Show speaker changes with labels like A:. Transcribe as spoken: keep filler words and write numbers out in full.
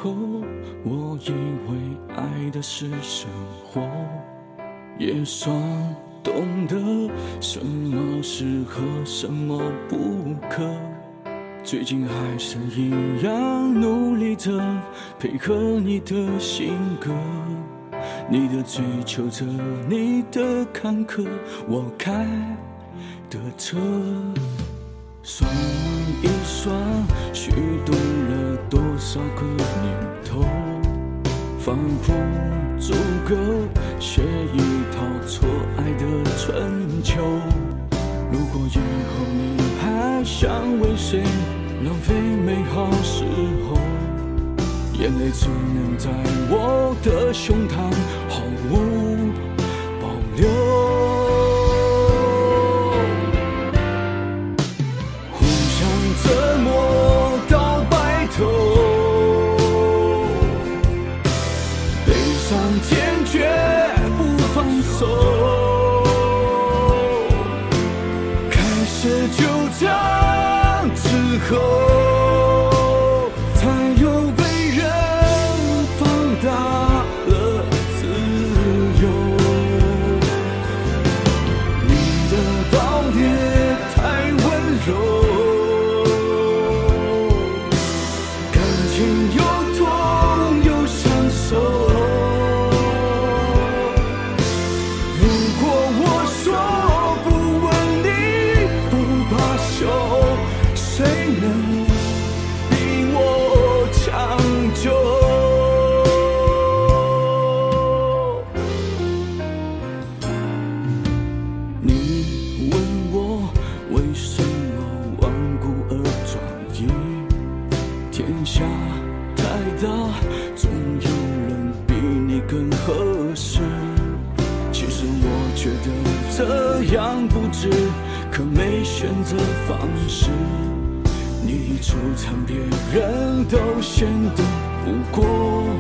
A: 候，我以为爱的是生活，也算懂得什么适合，什么不可。最近还是一样努力着配合你的性格，你的追求着，你的坎坷，我开的车。算一算，虚度了多少个年头，仿佛足够写一套错爱的春秋。如果以后你还想为谁浪费美好时候，眼泪只能在我的胸膛毫无保留。互相折磨到白头，悲伤坚决不放手，开始纠缠之后，才有被人放大了自由。你的暴烈太温柔，感情又痛又享受。如果我说不问你不罢休，谁能比我长久？你问我为什么顽固而专一，天下太大，总有人比你更合适。其实我觉得这样不值，可没选择方式。你一出场，别人都显得不过